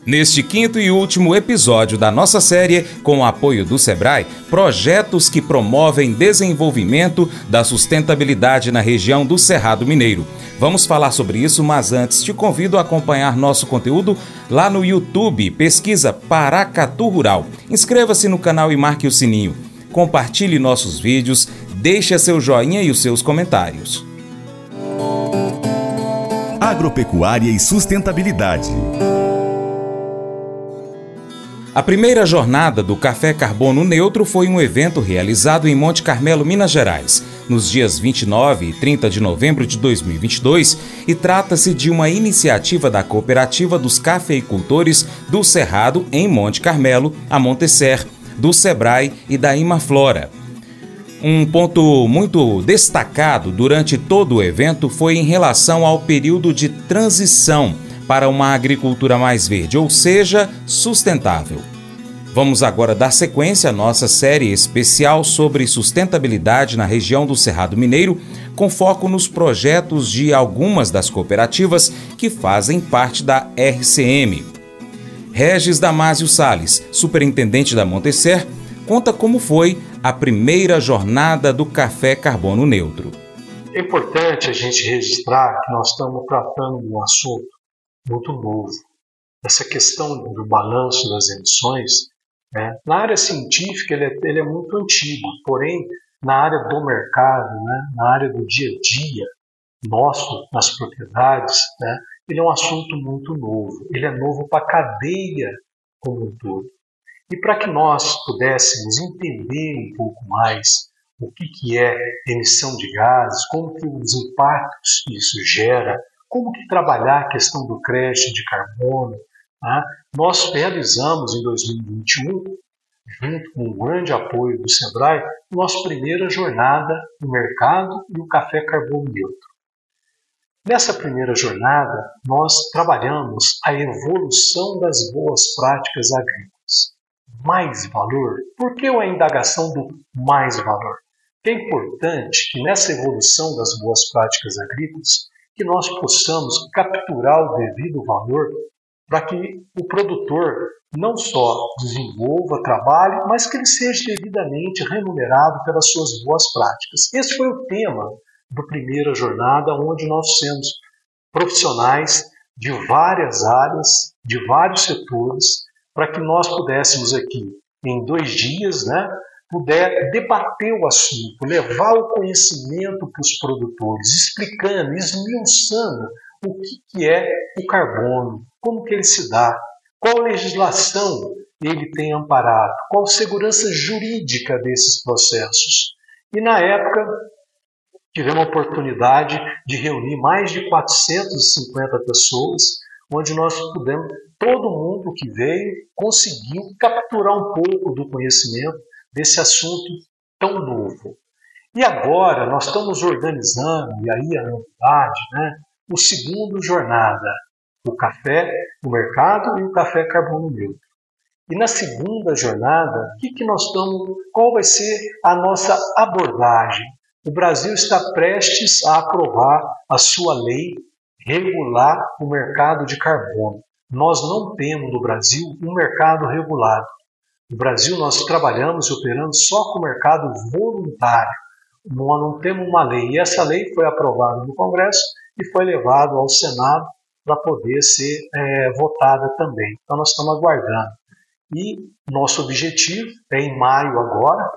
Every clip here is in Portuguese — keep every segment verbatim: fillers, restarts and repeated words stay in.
Neste quinto e último episódio da nossa série, com o apoio do Sebrae, projetos que promovem desenvolvimento da sustentabilidade na região do Cerrado Mineiro. Vamos falar sobre isso, mas antes te convido a acompanhar nosso conteúdo lá no YouTube, pesquisa Paracatu Rural. Inscreva-se no canal e marque o sininho. Compartilhe nossos vídeos, deixe seu joinha e os seus comentários. Agropecuária e sustentabilidade. A primeira jornada do Café Carbono Neutro foi um evento realizado em Monte Carmelo, Minas Gerais, nos dias vinte e nove e trinta de novembro de dois mil e vinte e dois, e trata-se de uma iniciativa da Cooperativa dos Cafeicultores do Cerrado, em Monte Carmelo, a Montecer, do Sebrae e da Imaflora. Um ponto muito destacado durante todo o evento foi em relação ao período de transição para uma agricultura mais verde, ou seja, sustentável. Vamos agora dar sequência à nossa série especial sobre sustentabilidade na região do Cerrado Mineiro, com foco nos projetos de algumas das cooperativas que fazem parte da R C M. Regis Damásio Salles, superintendente da Montecer, conta como foi a primeira jornada do Café Carbono Neutro. É importante a gente registrar que nós estamos tratando de um assunto muito novo. Essa questão do balanço das emissões, né, na área científica ele é, ele é muito antigo, porém na área do mercado, né, na área do dia a dia nosso, nas propriedades, né, ele é um assunto muito novo. Ele é novo para a cadeia como um todo. E para que nós pudéssemos entender um pouco mais o que, que é emissão de gases, como que os impactos que isso gera, como que trabalhar a questão do crédito de carbono, tá? Nós realizamos em dois mil e vinte e um, junto com o grande apoio do Sebrae, nossa primeira jornada no mercado e o Café Carbono Neutro. Nessa primeira jornada, nós trabalhamos a evolução das boas práticas agrícolas. Mais valor? Por que a indagação do mais valor? É importante que nessa evolução das boas práticas agrícolas, que nós possamos capturar o devido valor para que o produtor não só desenvolva, trabalhe, mas que ele seja devidamente remunerado pelas suas boas práticas. Esse foi o tema da primeira jornada, onde nós temos profissionais de várias áreas, de vários setores, para que nós pudéssemos aqui, em dois dias, né, puder debater o assunto, levar o conhecimento para os produtores, explicando, esmiuçando o que, que é o carbono, como que ele se dá, qual legislação ele tem amparado, qual segurança jurídica desses processos. E na época, tivemos a oportunidade de reunir mais de quatrocentas e cinquenta pessoas, onde nós pudemos, todo mundo que veio, conseguiu capturar um pouco do conhecimento desse assunto tão novo. E agora nós estamos organizando, e aí a novidade, né, o segundo jornada, o café no mercado e o Café Carbono Neutro. E na segunda jornada, o que, que nós estamos, qual vai ser a nossa abordagem? O Brasil está prestes a aprovar a sua lei regular o mercado de carbono. Nós não temos no Brasil um mercado regulado. No Brasil nós trabalhamos e operamos só com o mercado voluntário. Nós não temos uma lei. E essa lei foi aprovada no Congresso e foi levada ao Senado para poder ser é, votada também. Então nós estamos aguardando. E nosso objetivo é em maio agora,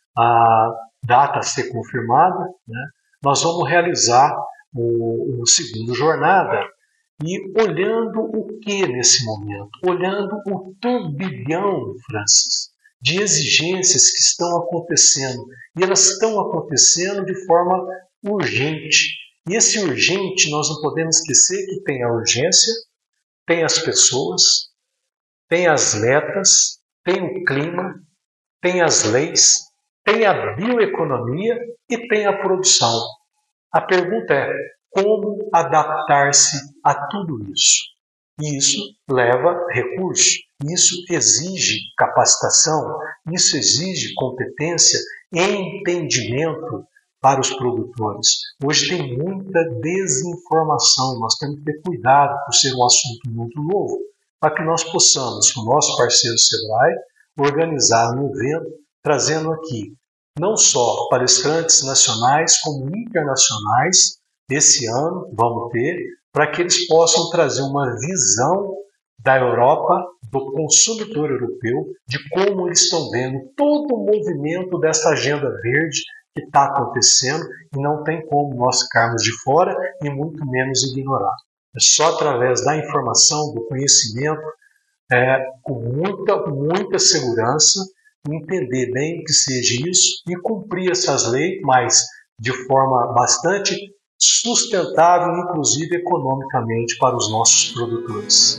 a data a ser confirmada, né, nós vamos realizar o, o segundo jornada e olhando o que nesse momento? Olhando o turbilhão, Francis, de exigências que estão acontecendo. E elas estão acontecendo de forma urgente. E esse urgente, nós não podemos esquecer que tem a urgência, tem as pessoas, tem as metas, tem o clima, tem as leis, tem a bioeconomia e tem a produção. A pergunta é, como adaptar-se a tudo isso? E isso leva recurso, isso exige capacitação, isso exige competência e entendimento para os produtores. Hoje tem muita desinformação, nós temos que ter cuidado por ser um assunto muito novo. para que nós possamos, com o nosso parceiro Sebrae, organizar um evento trazendo aqui não só palestrantes nacionais como internacionais. Esse ano vamos ter, para que eles possam trazer uma visão da Europa, do consumidor europeu, de como eles estão vendo todo o movimento dessa agenda verde que está acontecendo, e não tem como nós ficarmos de fora e muito menos ignorar. É só através da informação, do conhecimento, é, com muita, muita segurança, entender bem o que seja isso e cumprir essas leis, mas de forma bastante sustentável, inclusive economicamente, para os nossos produtores.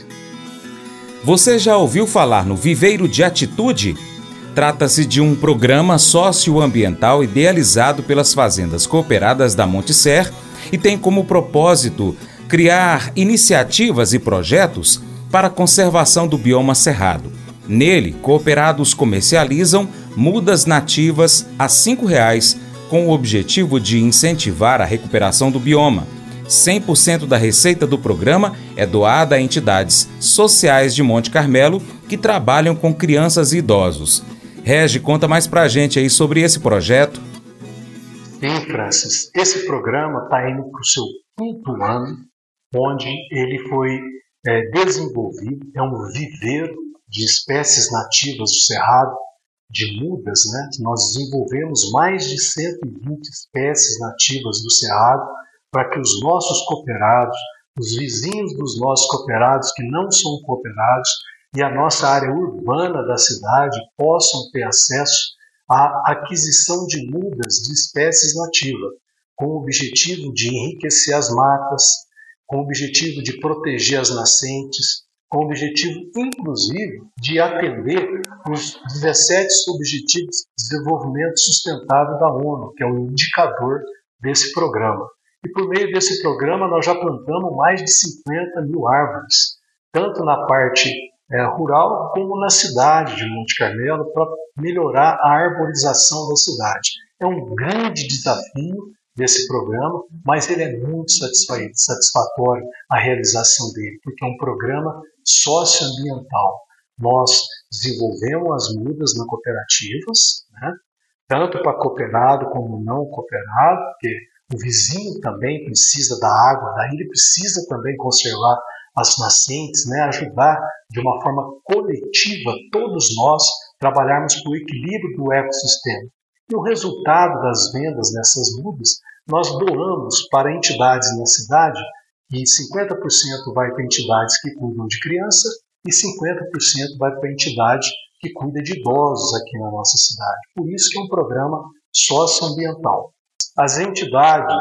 Você já ouviu falar no Viveiro de Atitude? Trata-se de um programa socioambiental idealizado pelas fazendas cooperadas da Monte Ser e tem como propósito criar iniciativas e projetos para a conservação do bioma cerrado. Nele, cooperados comercializam mudas nativas a cinco reais, com o objetivo de incentivar a recuperação do bioma. cem por cento da receita do programa é doada a entidades sociais de Monte Carmelo que trabalham com crianças e idosos. Regi, conta mais pra gente aí sobre esse projeto. Sim, Francis. Esse programa está indo para o seu quinto ano, onde ele foi é, desenvolvido. É um viveiro de espécies nativas do Cerrado, de mudas, né? Nós desenvolvemos mais de cento e vinte espécies nativas do Cerrado para que os nossos cooperados, os vizinhos dos nossos cooperados que não são cooperados e a nossa área urbana da cidade possam ter acesso à aquisição de mudas de espécies nativas, com o objetivo de enriquecer as matas, com o objetivo de proteger as nascentes, com o objetivo, inclusive, de atender os dezessete Objetivos de Desenvolvimento Sustentável da ONU, que é o indicador desse programa. E por meio desse programa nós já plantamos mais de cinquenta mil árvores, tanto na parte é, rural como na cidade de Monte Carmelo, para melhorar a arborização da cidade. É um grande desafio desse programa, mas ele é muito satisfatório a realização dele, porque é um programa socioambiental. Nós desenvolvemos as mudas nas cooperativas, né? Tanto para cooperado como não cooperado, porque o vizinho também precisa da água, daí ele precisa também conservar as nascentes, né? Ajudar de uma forma coletiva todos nós trabalharmos para o equilíbrio do ecossistema. E o resultado das vendas nessas mudas, nós doamos para entidades na cidade, e cinquenta por cento vai para entidades que cuidam de criança e cinquenta por cento vai para a entidade que cuida de idosos aqui na nossa cidade. Por isso que é um programa socioambiental. As entidades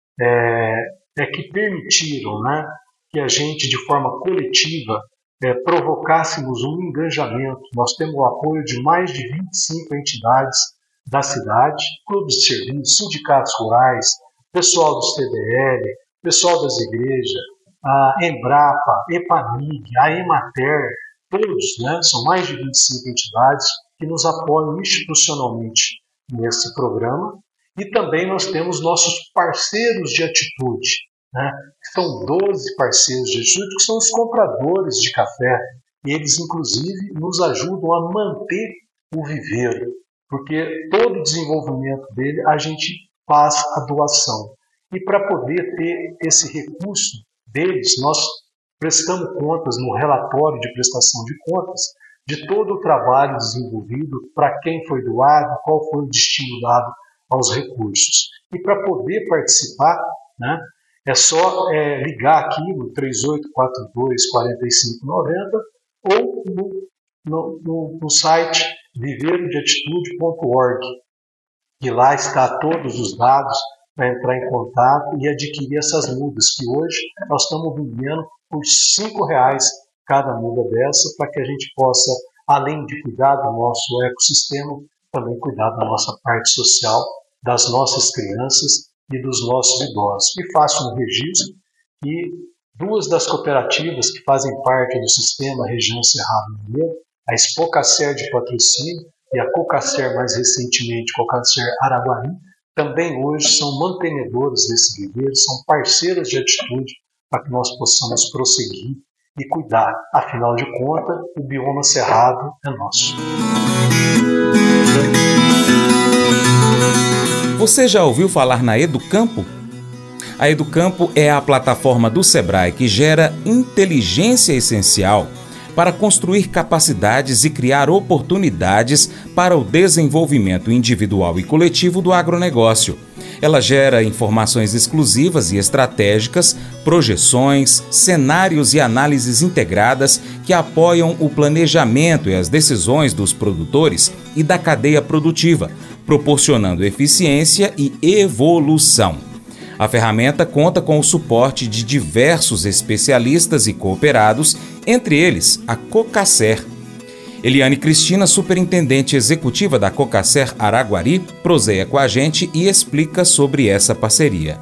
é, é que permitiram, né, que a gente, de forma coletiva, é, provocássemos um engajamento. Nós temos o apoio de mais de vinte e cinco entidades da cidade, clubes de serviço, sindicatos rurais, pessoal do C D L, pessoal das igrejas, a Embrapa, Epamig, a Emater, todos, né, são mais de vinte e cinco entidades que nos apoiam institucionalmente nesse programa. E também nós temos nossos parceiros de atitude, né, que são doze parceiros de atitude, que são os compradores de café. E eles, inclusive, nos ajudam a manter o viveiro, porque todo o desenvolvimento dele a gente faz a doação. E para poder ter esse recurso deles, nós prestamos contas no relatório de prestação de contas de todo o trabalho desenvolvido, para quem foi doado, qual foi o destino dado aos recursos. E para poder participar, né, é só é, ligar aqui no três oito quatro dois, quatro cinco nove zero ou no, no, no, no site viveiro de atitude ponto org, e lá está todos os dados para entrar em contato e adquirir essas mudas, que hoje nós estamos vendendo por cinco reais cada muda dessa, para que a gente possa, além de cuidar do nosso ecossistema, também cuidar da nossa parte social, das nossas crianças e dos nossos idosos. E faço um registro que duas das cooperativas que fazem parte do sistema Região Cerrado Mineiro, a Expocacer de Patrocínio e a Cocacer, mais recentemente, Cocacer Araguari, também hoje são mantenedores desse viveiro, são parceiros de atitude para que nós possamos prosseguir e cuidar. Afinal de contas, o bioma cerrado é nosso. Você já ouviu falar na Educampo? A Educampo é a plataforma do Sebrae que gera inteligência essencial para construir capacidades e criar oportunidades para o desenvolvimento individual e coletivo do agronegócio. Ela gera informações exclusivas e estratégicas, projeções, cenários e análises integradas que apoiam o planejamento e as decisões dos produtores e da cadeia produtiva, proporcionando eficiência e evolução. A ferramenta conta com o suporte de diversos especialistas e cooperados, entre eles a Cocacer. Eliane Cristina, superintendente executiva da Cocacer Araguari, proseia com a gente e explica sobre essa parceria.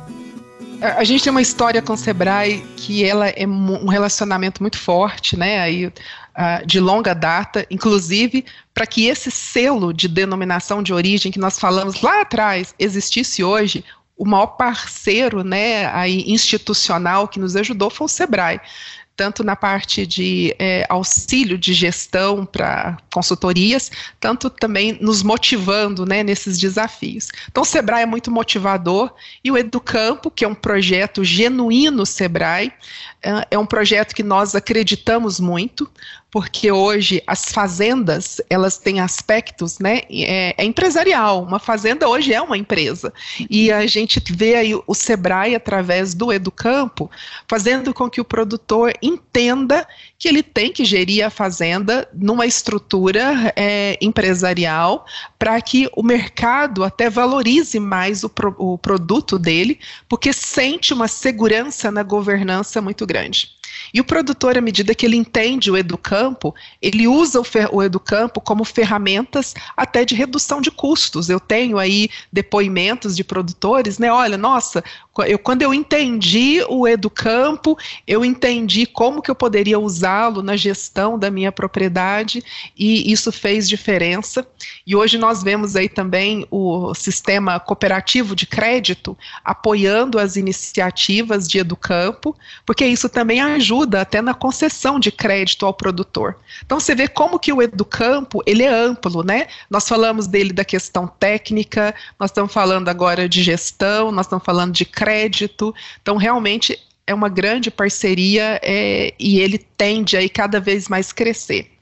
A gente tem uma história com o Sebrae que ela é um relacionamento muito forte, né? Aí, de longa data, inclusive para que esse selo de denominação de origem que nós falamos lá atrás existisse hoje. O maior parceiro, né, aí, institucional que nos ajudou foi o Sebrae, tanto na parte de é, auxílio de gestão para consultorias, tanto também nos motivando, né, nesses desafios. Então o Sebrae é muito motivador e o Educampo, que é um projeto genuíno Sebrae, é um projeto que nós acreditamos muito, porque hoje as fazendas, elas têm aspectos, né, é, é empresarial, uma fazenda hoje é uma empresa, e a gente vê aí o Sebrae através do Educampo, fazendo com que o produtor entenda que ele tem que gerir a fazenda numa estrutura é, empresarial, para que o mercado até valorize mais o, pro, o produto dele, porque sente uma segurança na governança muito grande. E o produtor, à medida que ele entende o Educampo, ele usa o, o Educampo como ferramentas até de redução de custos. Eu tenho aí depoimentos de produtores, né? Olha, nossa, eu, quando eu entendi o Educampo, eu entendi como que eu poderia usá-lo na gestão da minha propriedade e isso fez diferença. E hoje nós vemos aí também o sistema cooperativo de crédito apoiando as iniciativas de Educampo, porque isso também ajuda até na concessão de crédito ao produtor. Então você vê como que o Educampo, ele é amplo, né? Nós falamos dele da questão técnica, nós estamos falando agora de gestão, nós estamos falando de crédito, então realmente é uma grande parceria é, e ele tende aí cada vez mais crescer.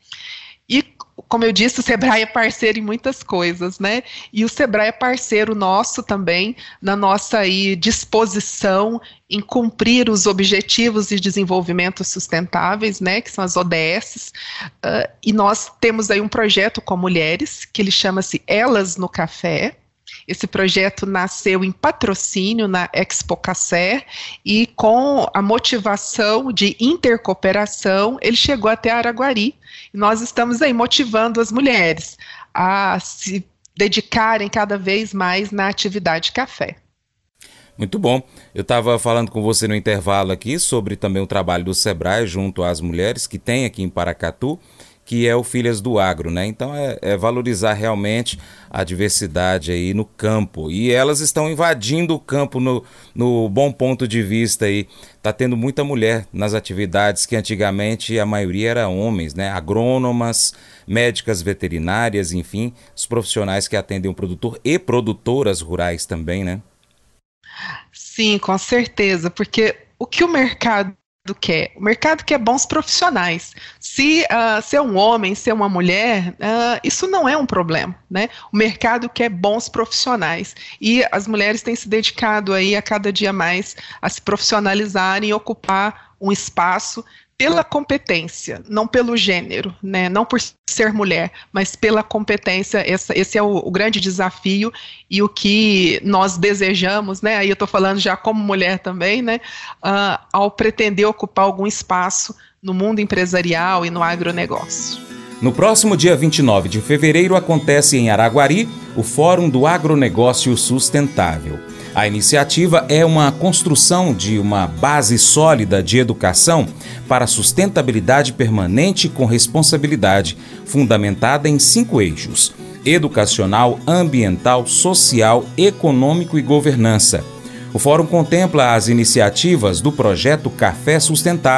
E como eu disse, o Sebrae é parceiro em muitas coisas, né? E o Sebrae é parceiro nosso também na nossa aí, disposição em cumprir os Objetivos de Desenvolvimento Sustentáveis, né? Que são as O D Ss. Uh, e nós temos aí um projeto com mulheres, que ele chama-se Elas no Café. Esse projeto nasceu em patrocínio na Expo Cacer e com a motivação de intercooperação, ele chegou até Araguari. E nós estamos aí motivando as mulheres a se dedicarem cada vez mais na atividade café. Muito bom. Eu estava falando com você no intervalo aqui sobre também o trabalho do Sebrae junto às mulheres que tem aqui em Paracatu, que é o Filhas do Agro, né? Então é, é valorizar realmente a diversidade aí no campo. E elas estão invadindo o campo no, no bom ponto de vista aí. Tá tendo muita mulher nas atividades que antigamente a maioria era homens, né? Agrônomas, médicas veterinárias, enfim, os profissionais que atendem o produtor e produtoras rurais também, né? Sim, com certeza, porque o que o mercado quer? O mercado quer bons profissionais. Se uh, ser um homem, ser uma mulher, uh, isso não é um problema, né? O mercado quer bons profissionais e as mulheres têm se dedicado aí a cada dia mais a se profissionalizarem e ocupar um espaço pela competência, não pelo gênero, né? Não por ser mulher, mas pela competência. Essa, esse é o, o grande desafio e o que nós desejamos, né? Aí eu estou falando já como mulher também, né? Uh, ao pretender ocupar algum espaço no mundo empresarial e no agronegócio. No próximo dia vinte e nove de fevereiro acontece em Araguari o Fórum do Agronegócio Sustentável. A iniciativa é uma construção de uma base sólida de educação para sustentabilidade permanente com responsabilidade, fundamentada em cinco eixos: educacional, ambiental, social, econômico e governança. O fórum contempla as iniciativas do projeto Café Sustentável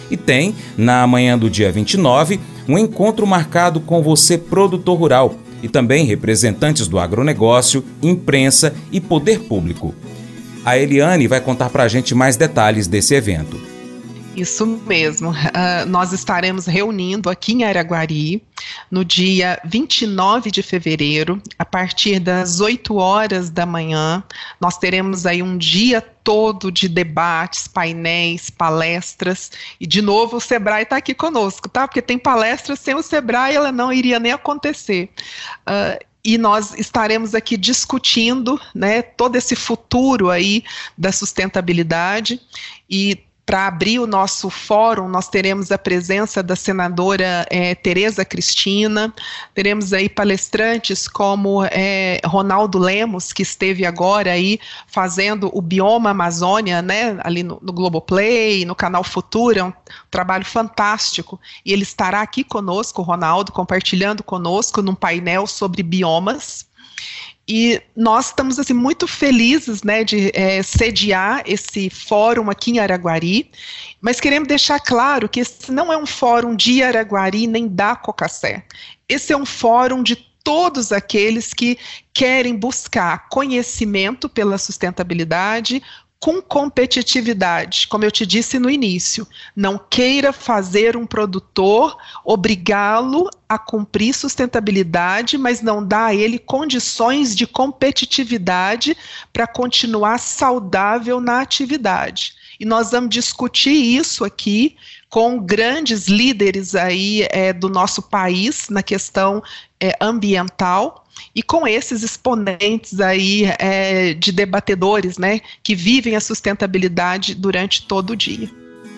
E tem, na manhã do dia vinte e nove, um encontro marcado com você, produtor rural, e também representantes do agronegócio, imprensa e poder público. A Eliane vai contar para a gente mais detalhes desse evento. Isso mesmo. Uh, nós estaremos reunindo aqui em Araguari no dia vinte e nove de fevereiro, a partir das oito horas da manhã. Nós teremos aí um dia todo de debates, painéis, palestras, e de novo o Sebrae está aqui conosco, tá? Porque tem palestras, sem o Sebrae ela não iria nem acontecer. Uh, E nós estaremos aqui discutindo, né, todo esse futuro aí da sustentabilidade. E para abrir o nosso fórum, nós teremos a presença da senadora é, Tereza Cristina, teremos aí palestrantes como é, Ronaldo Lemos, que esteve agora aí fazendo o Bioma Amazônia, né, ali no, no Globoplay, no canal Futura, é um trabalho fantástico, e ele estará aqui conosco, o Ronaldo, compartilhando conosco num painel sobre biomas. E nós estamos assim, muito felizes, né, de é, sediar esse fórum aqui em Araguari, mas queremos deixar claro que esse não é um fórum de Araguari nem da Cocacé. Esse é um fórum de todos aqueles que querem buscar conhecimento pela sustentabilidade, com competitividade, como eu te disse no início. Não queira fazer um produtor, obrigá-lo a cumprir sustentabilidade, mas não dá a ele condições de competitividade para continuar saudável na atividade. E nós vamos discutir isso aqui com grandes líderes aí é, do nosso país na questão é, ambiental, e com esses exponentes aí é, de debatedores, né, que vivem a sustentabilidade durante todo o dia.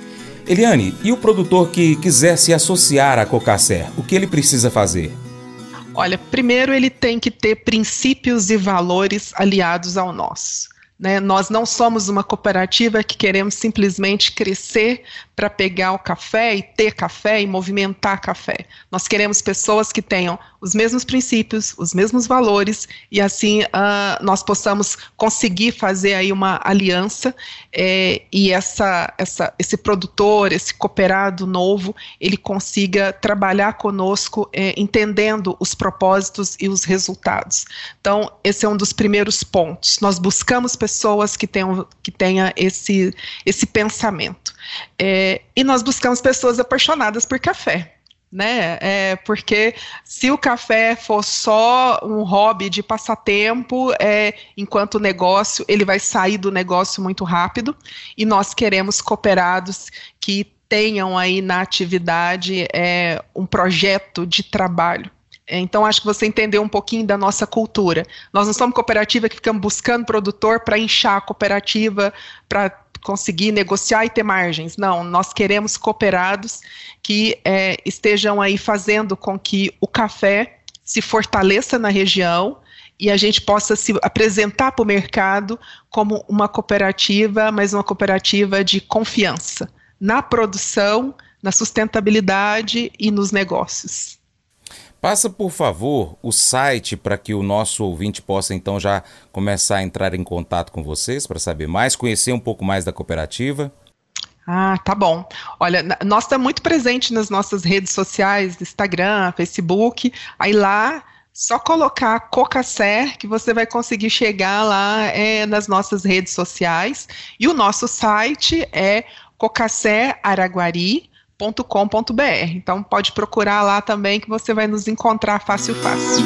Eliane, e o produtor que quiser se associar à Cocacé, o que ele precisa fazer? Olha, primeiro ele tem que ter princípios e valores aliados ao nosso. Né? Nós não somos uma cooperativa que queremos simplesmente crescer para pegar o café e ter café e movimentar café. Nós queremos pessoas que tenham os mesmos princípios, os mesmos valores, e assim uh, nós possamos conseguir fazer aí uma aliança é, e essa, essa, esse produtor, esse cooperado novo, ele consiga trabalhar conosco é, entendendo os propósitos e os resultados. Então, esse é um dos primeiros pontos. Nós buscamos pessoas que tenham, que tenham esse, esse pensamento. É, e nós buscamos pessoas apaixonadas por café. Né? É, porque se o café for só um hobby de passatempo, é, enquanto negócio, ele vai sair do negócio muito rápido, e nós queremos cooperados que tenham aí na atividade é, um projeto de trabalho. Então, acho que você entendeu um pouquinho da nossa cultura. Nós não somos cooperativa que ficamos buscando produtor para inchar a cooperativa, para conseguir negociar e ter margens. Não, nós queremos cooperados que é, estejam aí fazendo com que o café se fortaleça na região e a gente possa se apresentar para o mercado como uma cooperativa, mas uma cooperativa de confiança na produção, na sustentabilidade e nos negócios. Passa, por favor, o site para que o nosso ouvinte possa, então, já começar a entrar em contato com vocês para saber mais, conhecer um pouco mais da cooperativa. Ah, tá bom. Olha, nós estamos muito presentes nas nossas redes sociais, Instagram, Facebook, aí lá, só colocar Cocacé que você vai conseguir chegar lá é, nas nossas redes sociais, e o nosso site é cocacé araguari ponto com ponto b r. Então pode procurar lá também que você vai nos encontrar fácil, fácil.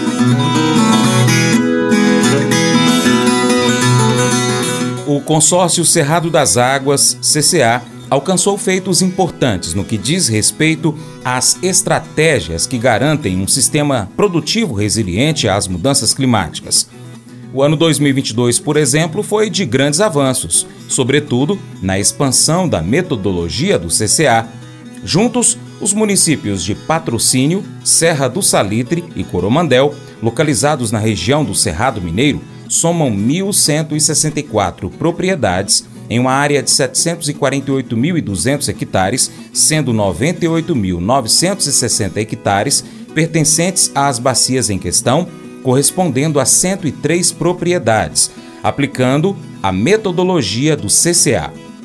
O consórcio Cerrado das Águas, C C A, alcançou feitos importantes no que diz respeito às estratégias que garantem um sistema produtivo resiliente às mudanças climáticas. O ano dois mil e vinte e dois, por exemplo, foi de grandes avanços, sobretudo na expansão da metodologia do C C A. Juntos, os municípios de Patrocínio, Serra do Salitre e Coromandel, localizados na região do Cerrado Mineiro, somam mil cento e sessenta e quatro propriedades em uma área de setecentos e quarenta e oito mil e duzentos hectares, sendo noventa e oito mil novecentos e sessenta hectares pertencentes às bacias em questão, correspondendo a cento e três propriedades, aplicando a metodologia do C C A.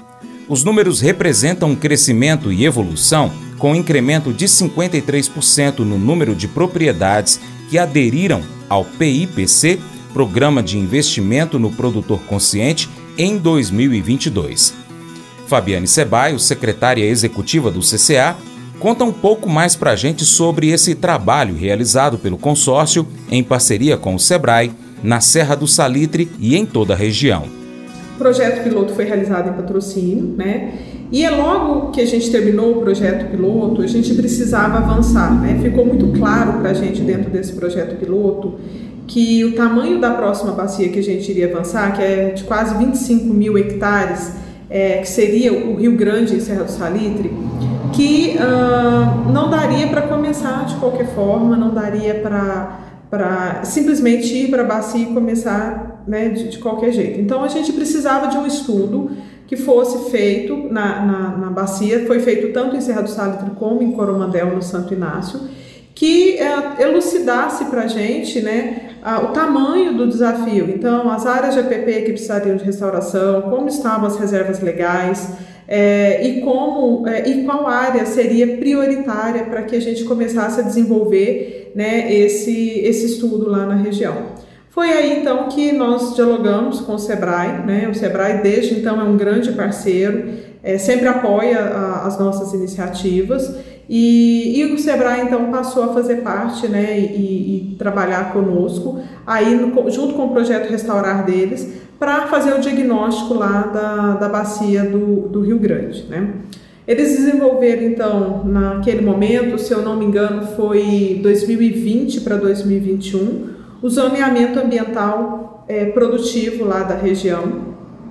Os números representam um crescimento e evolução com um incremento de cinquenta e três por cento no número de propriedades que aderiram ao P I P C, Programa de Investimento no Produtor Consciente, em dois mil e vinte e dois. Fabiane Ceballos, secretária executiva do C C A, conta um pouco mais para a gente sobre esse trabalho realizado pelo consórcio em parceria com o Sebrae, na Serra do Salitre e em toda a região. O projeto piloto foi realizado em patrocínio, né? E é logo que a gente terminou o projeto piloto, a gente precisava avançar, né? Ficou muito claro para a gente dentro desse projeto piloto que o tamanho da próxima bacia que a gente iria avançar, que é de quase vinte e cinco mil hectares, é, que seria o Rio Grande e Serra do Salitre, que uh, não daria para começar de qualquer forma, não daria para para simplesmente ir para a bacia e começar, né, de, de qualquer jeito. Então a gente precisava de um estudo que fosse feito na, na, na bacia, foi feito tanto em Serra do Salitre como em Coromandel, no Santo Inácio, que é, elucidasse para a gente, né, a, o tamanho do desafio. Então, as áreas de A P P que precisariam de restauração, como estavam as reservas legais, é, e, como, é, e qual área seria prioritária para que a gente começasse a desenvolver, né, esse, esse estudo lá na região. Foi aí, então, que nós dialogamos com o Sebrae, né? O Sebrae, desde então, é um grande parceiro, é, sempre apoia a, as nossas iniciativas, e, e o Sebrae, então, passou a fazer parte, né, e, e trabalhar conosco, aí, no, junto com o projeto Restaurar deles, para fazer o diagnóstico lá da, da bacia do, do Rio Grande, né? Eles desenvolveram, então, naquele momento, se eu não me engano, foi dois mil e vinte para dois mil e vinte e um, o zoneamento ambiental é, produtivo lá da região.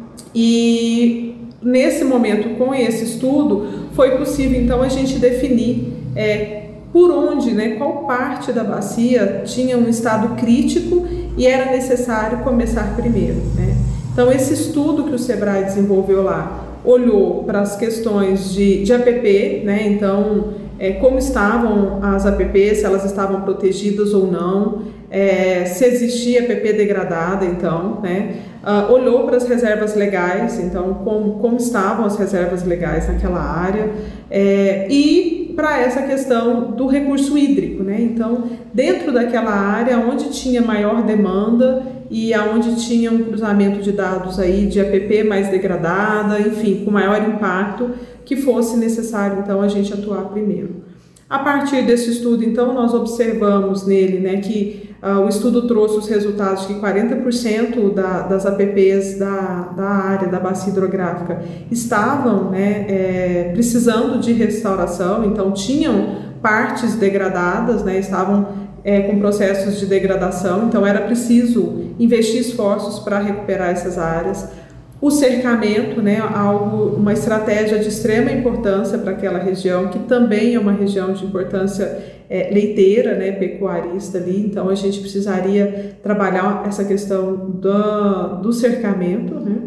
E nesse momento, com esse estudo, foi possível então a gente definir é, por onde, né, qual parte da bacia tinha um estado crítico e era necessário começar primeiro, né? Então esse estudo que o Sebrae desenvolveu lá olhou para as questões de, de A P P, né? Então é, como estavam as A P P, se elas estavam protegidas ou não, é, se existia A P P degradada, então, né? Uh, olhou para as reservas legais, então como, como estavam as reservas legais naquela área, é, e para essa questão do recurso hídrico, né? Então, dentro daquela área onde tinha maior demanda e aonde tinha um cruzamento de dados aí de A P P mais degradada, enfim, com maior impacto, que fosse necessário então a gente atuar primeiro. A partir desse estudo, então, nós observamos nele, né, que uh, o estudo trouxe os resultados de que quarenta por cento da, das A P Ps da, da área da bacia hidrográfica estavam, né, é, precisando de restauração, então tinham partes degradadas, né, estavam é, com processos de degradação, então era preciso investir esforços para recuperar essas áreas. O cercamento, né, algo, uma estratégia de extrema importância para aquela região, que também é uma região de importância é, leiteira, né, pecuarista ali, então a gente precisaria trabalhar essa questão do, do cercamento, né,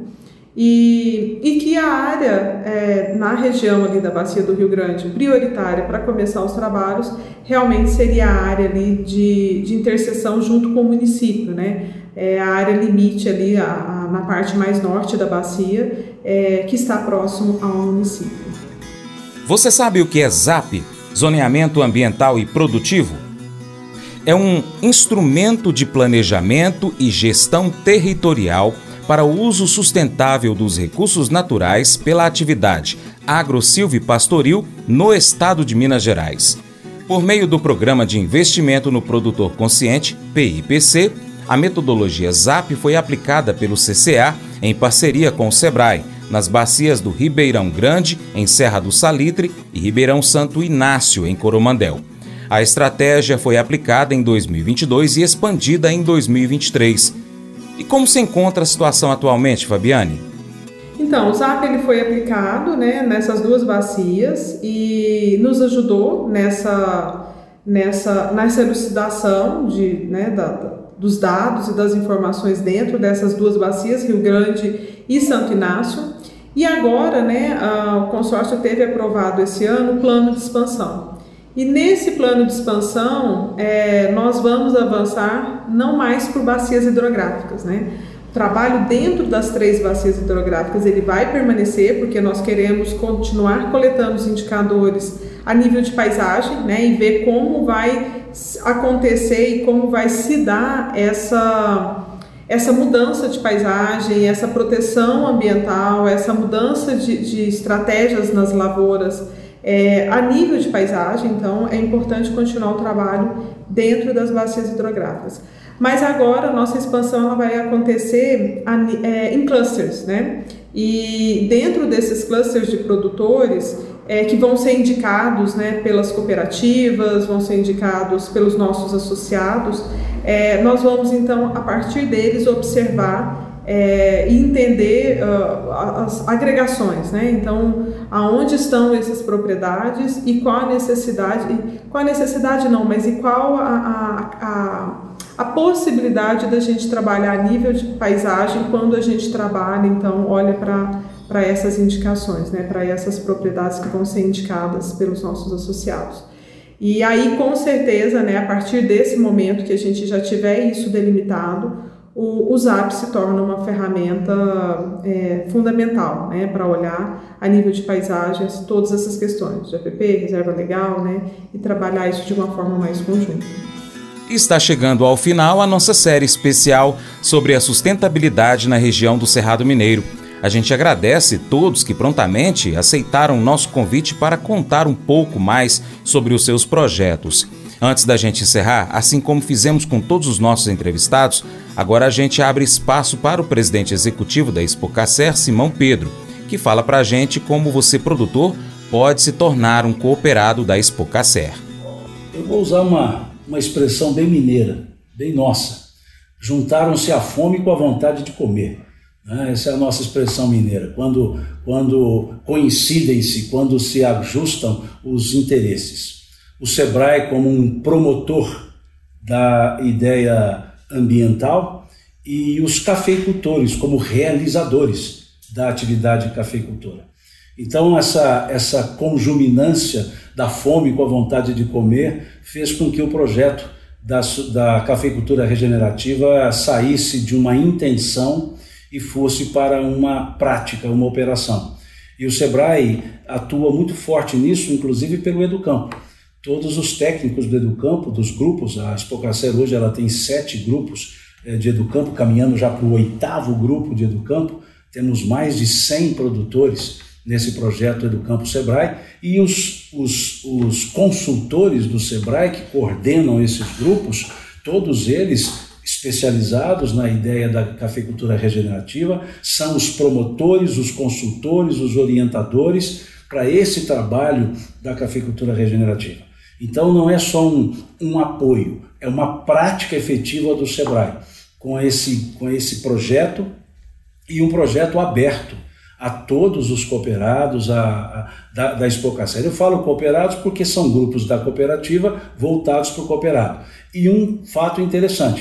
e, e que a área é, na região ali da bacia do Rio Grande, prioritária para começar os trabalhos, realmente seria a área ali de, de interseção junto com o município, né, é a área limite ali, a, a, na parte mais norte da bacia, é, que está próximo ao município. Você sabe o que é ZAP, Zoneamento Ambiental e Produtivo? É um instrumento de planejamento e gestão territorial para o uso sustentável dos recursos naturais pela atividade agro-silvipastoril no estado de Minas Gerais. Por meio do Programa de Investimento no Produtor Consciente, P I P C, a metodologia ZAP foi aplicada pelo C C A em parceria com o Sebrae, nas bacias do Ribeirão Grande, em Serra do Salitre, e Ribeirão Santo Inácio, em Coromandel. A estratégia foi aplicada em dois mil e vinte e dois e expandida em dois mil e vinte e três. E como se encontra a situação atualmente, Fabiane? Então, o ZAP ele foi aplicado, né, nessas duas bacias e nos ajudou nessa, nessa, nessa elucidação de, né, da, dos dados e das informações dentro dessas duas bacias, Rio Grande e Santo Inácio. E agora, né, a, o consórcio teve aprovado esse ano o plano de expansão. E nesse plano de expansão, é, nós vamos avançar não mais por bacias hidrográficas, né? trabalho dentro das três bacias hidrográficas ele vai permanecer, porque nós queremos continuar coletando os indicadores a nível de paisagem, né, e ver como vai acontecer e como vai se dar essa, essa mudança de paisagem, essa proteção ambiental, essa mudança de, de estratégias nas lavouras é, a nível de paisagem. Então é importante continuar o trabalho dentro das bacias hidrográficas. Mas agora a nossa expansão ela vai acontecer é, em clusters, né? E dentro desses clusters de produtores é, que vão ser indicados, né, pelas cooperativas, vão ser indicados pelos nossos associados, é, nós vamos então a partir deles observar É, e entender uh, as agregações, né? Então, aonde estão essas propriedades e qual a necessidade, qual a necessidade não, mas e qual a, a, a, a possibilidade da gente trabalhar a nível de paisagem quando a gente trabalha, então, olha para para essas indicações, né? Para essas propriedades que vão ser indicadas pelos nossos associados. E aí, com certeza, né, a partir desse momento que a gente já tiver isso delimitado, o, o ZAP se torna uma ferramenta é, fundamental, né, para olhar a nível de paisagens todas essas questões de A P P, reserva legal, né, e trabalhar isso de uma forma mais conjunta. Está chegando ao final a nossa série especial sobre a sustentabilidade na região do Cerrado Mineiro. A gente agradece todos que prontamente aceitaram o nosso convite para contar um pouco mais sobre os seus projetos. Antes da gente encerrar, assim como fizemos com todos os nossos entrevistados, agora a gente abre espaço para o presidente executivo da Expocacer, Simão Pedro, que fala para a gente como você, produtor, pode se tornar um cooperado da Expocacer. Eu vou usar uma, uma expressão bem mineira, bem nossa. Juntaram-se a fome com a vontade de comer. Essa é a nossa expressão mineira, quando, quando coincidem-se, quando se ajustam os interesses. O SEBRAE como um promotor da ideia ambiental e os cafeicultores como realizadores da atividade cafeicultora. Então essa, essa conjuminância da fome com a vontade de comer fez com que o projeto da, da cafeicultura regenerativa saísse de uma intenção e fosse para uma prática, uma operação. E o SEBRAE atua muito forte nisso, inclusive pelo Educampo. Todos os técnicos do Educampo, dos grupos, a Expocacer hoje ela tem sete grupos de Educampo, caminhando já para o oitavo grupo de Educampo. Temos mais de cem produtores nesse projeto Educampo SEBRAE e os, os, os consultores do SEBRAE que coordenam esses grupos, todos eles especializados na ideia da cafeicultura regenerativa, são os promotores, os consultores, os orientadores para esse trabalho da cafeicultura regenerativa. Então não é só um, um apoio, é uma prática efetiva do SEBRAE com esse, com esse projeto e um projeto aberto a todos os cooperados a, a, da, da Expocacer. Eu falo cooperados porque são grupos da cooperativa voltados para o cooperado. E um fato interessante,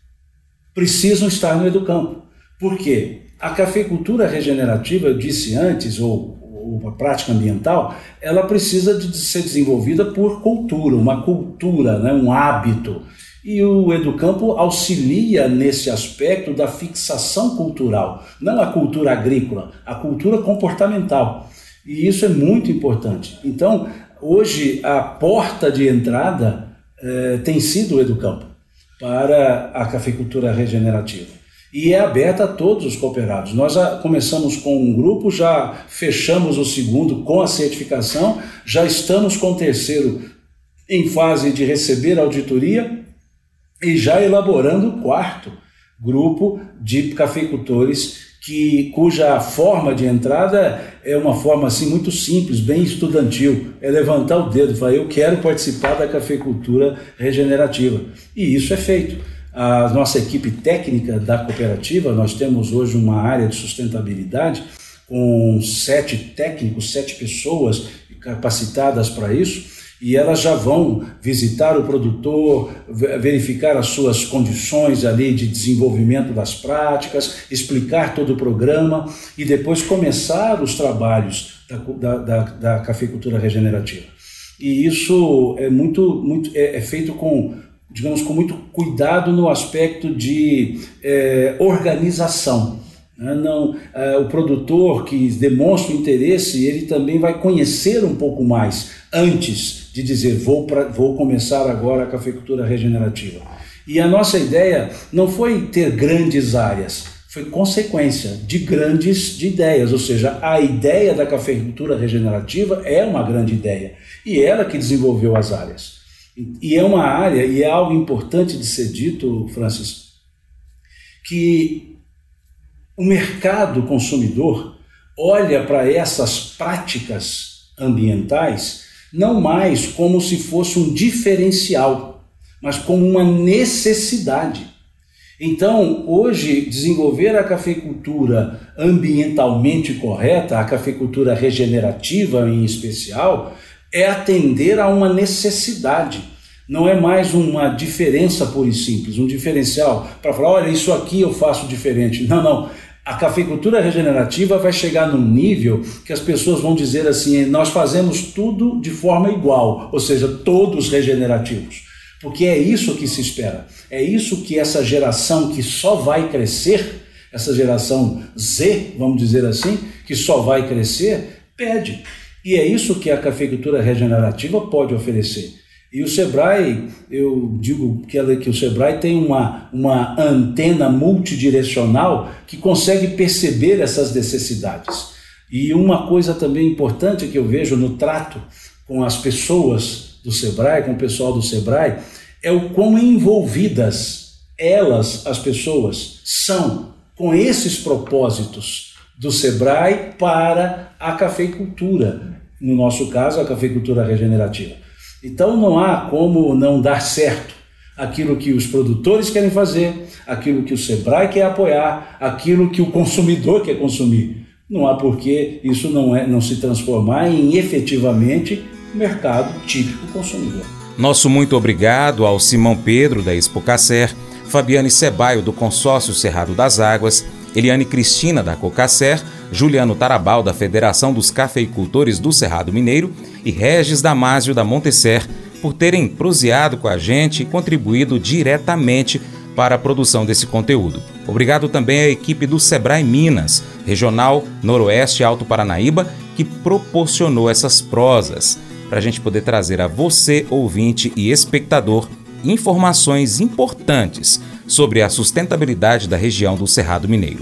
precisam estar no Educampo. Por quê? A cafeicultura regenerativa, eu disse antes, ou, ou a prática ambiental, ela precisa de ser desenvolvida por cultura, uma cultura, né, um hábito. E o Educampo auxilia nesse aspecto da fixação cultural, não a cultura agrícola, a cultura comportamental. E isso é muito importante. Então, hoje, a porta de entrada eh, tem sido o Educampo para a cafeicultura regenerativa. E é aberta a todos os cooperados. Nós já começamos com um grupo, já fechamos o segundo com a certificação, já estamos com o terceiro em fase de receber auditoria e já elaborando o quarto grupo de cafeicultores que, cuja forma de entrada é uma forma assim, muito simples, bem estudantil, é levantar o dedo e falar, eu quero participar da cafeicultura regenerativa. E isso é feito. A nossa equipe técnica da cooperativa, nós temos hoje uma área de sustentabilidade com sete técnicos, sete pessoas capacitadas para isso, e elas já vão visitar o produtor, verificar as suas condições ali de desenvolvimento das práticas, explicar todo o programa e depois começar os trabalhos da, da, da cafeicultura regenerativa. E isso é, muito, muito, é, é feito com, digamos, com muito cuidado no aspecto de é, organização. Não, é, o produtor que demonstra o interesse, ele também vai conhecer um pouco mais antes de dizer vou, pra, vou começar agora a cafeicultura regenerativa. E a nossa ideia não foi ter grandes áreas, foi consequência de grandes de ideias, ou seja, a ideia da cafeicultura regenerativa é uma grande ideia e ela que desenvolveu as áreas. E é uma área, e é algo importante de ser dito, Francis, que o mercado consumidor olha para essas práticas ambientais não mais como se fosse um diferencial, mas como uma necessidade. Então, hoje, desenvolver a cafeicultura ambientalmente correta, a cafeicultura regenerativa em especial, é atender a uma necessidade. Não é mais uma diferença pura e simples, um diferencial para falar, olha, isso aqui eu faço diferente. Não, não. A cafeicultura regenerativa vai chegar num nível que as pessoas vão dizer assim, nós fazemos tudo de forma igual, ou seja, todos regenerativos. Porque é isso que se espera, é isso que essa geração que só vai crescer, essa geração Z, vamos dizer assim, que só vai crescer, pede. E é isso que a cafeicultura regenerativa pode oferecer. E o Sebrae, eu digo que, ela, que o Sebrae tem uma, uma antena multidirecional que consegue perceber essas necessidades. E uma coisa também importante que eu vejo no trato com as pessoas do Sebrae, com o pessoal do Sebrae, é o quão envolvidas elas, as pessoas, são com esses propósitos do Sebrae para a cafeicultura, no nosso caso, a cafeicultura regenerativa. Então não há como não dar certo aquilo que os produtores querem fazer, aquilo que o Sebrae quer apoiar, aquilo que o consumidor quer consumir. Não há por que isso não, é, não se transformar em efetivamente mercado típico consumidor. Nosso muito obrigado ao Simão Pedro, da Expocacer, Fabiane Cebaio, do Consórcio Cerrado das Águas, Eliane Cristina, da Cocacer, Juliano Tarabal, da Federação dos Cafeicultores do Cerrado Mineiro e Regis Damásio, da Montecer, por terem proseado com a gente e contribuído diretamente para a produção desse conteúdo. Obrigado também à equipe do Sebrae Minas, Regional Noroeste Alto Paranaíba, que proporcionou essas prosas, para a gente poder trazer a você, ouvinte e espectador, informações importantes sobre a sustentabilidade da região do Cerrado Mineiro.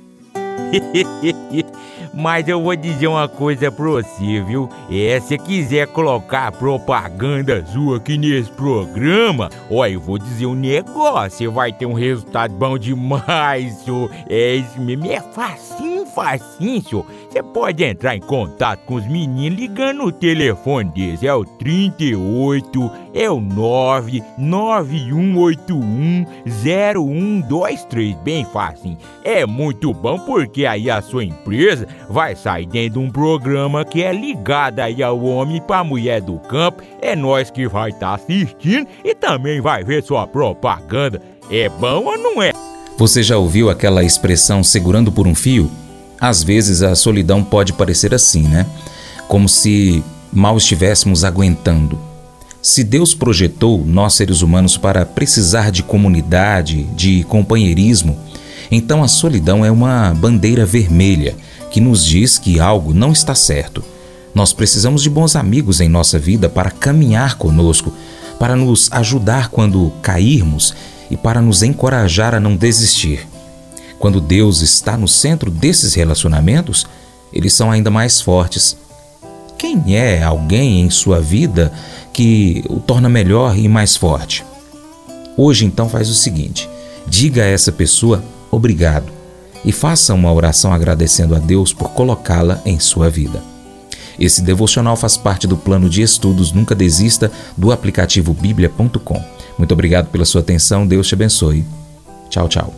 Mas eu vou dizer uma coisa pra você, viu? É, se quiser colocar propaganda sua aqui nesse programa, ó, eu vou dizer um negócio, você vai ter um resultado bom demais, senhor. É isso mesmo, é facinho, facinho, senhor. Você pode entrar em contato com os meninos ligando no telefone deles, é o trinta e oito, é o nove nove um oito um zero um dois três, bem facinho. É muito bom porque aí a sua empresa vai sair dentro de um programa que é ligado aí ao homem para a mulher do campo. É nós que vai estar tá assistindo e também vai ver sua propaganda. É bom ou não é? Você já ouviu aquela expressão segurando por um fio? Às vezes a solidão pode parecer assim, né? Como se mal estivéssemos aguentando. Se Deus projetou nós seres humanos para precisar de comunidade, de companheirismo, então a solidão é uma bandeira vermelha que nos diz que algo não está certo. Nós precisamos de bons amigos em nossa vida para caminhar conosco, para nos ajudar quando cairmos e para nos encorajar a não desistir. Quando Deus está no centro desses relacionamentos, eles são ainda mais fortes. Quem é alguém em sua vida que o torna melhor e mais forte? Hoje, então, faz o seguinte: diga a essa pessoa obrigado e faça uma oração agradecendo a Deus por colocá-la em sua vida. Esse devocional faz parte do plano de estudos Nunca Desista do aplicativo bíblia ponto com. Muito obrigado pela sua atenção, Deus te abençoe. Tchau, tchau.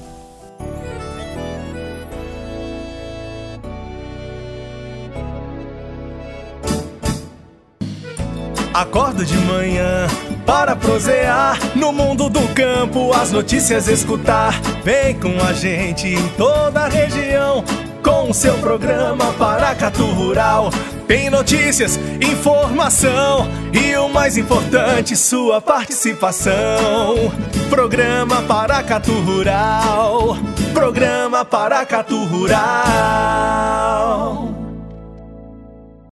Acordo de manhã para prosear no mundo do campo, as notícias escutar. Vem com a gente em toda a região com o seu programa Paracatu Rural. Tem notícias, informação e o mais importante, sua participação. Programa Paracatu Rural. Programa Paracatu Rural.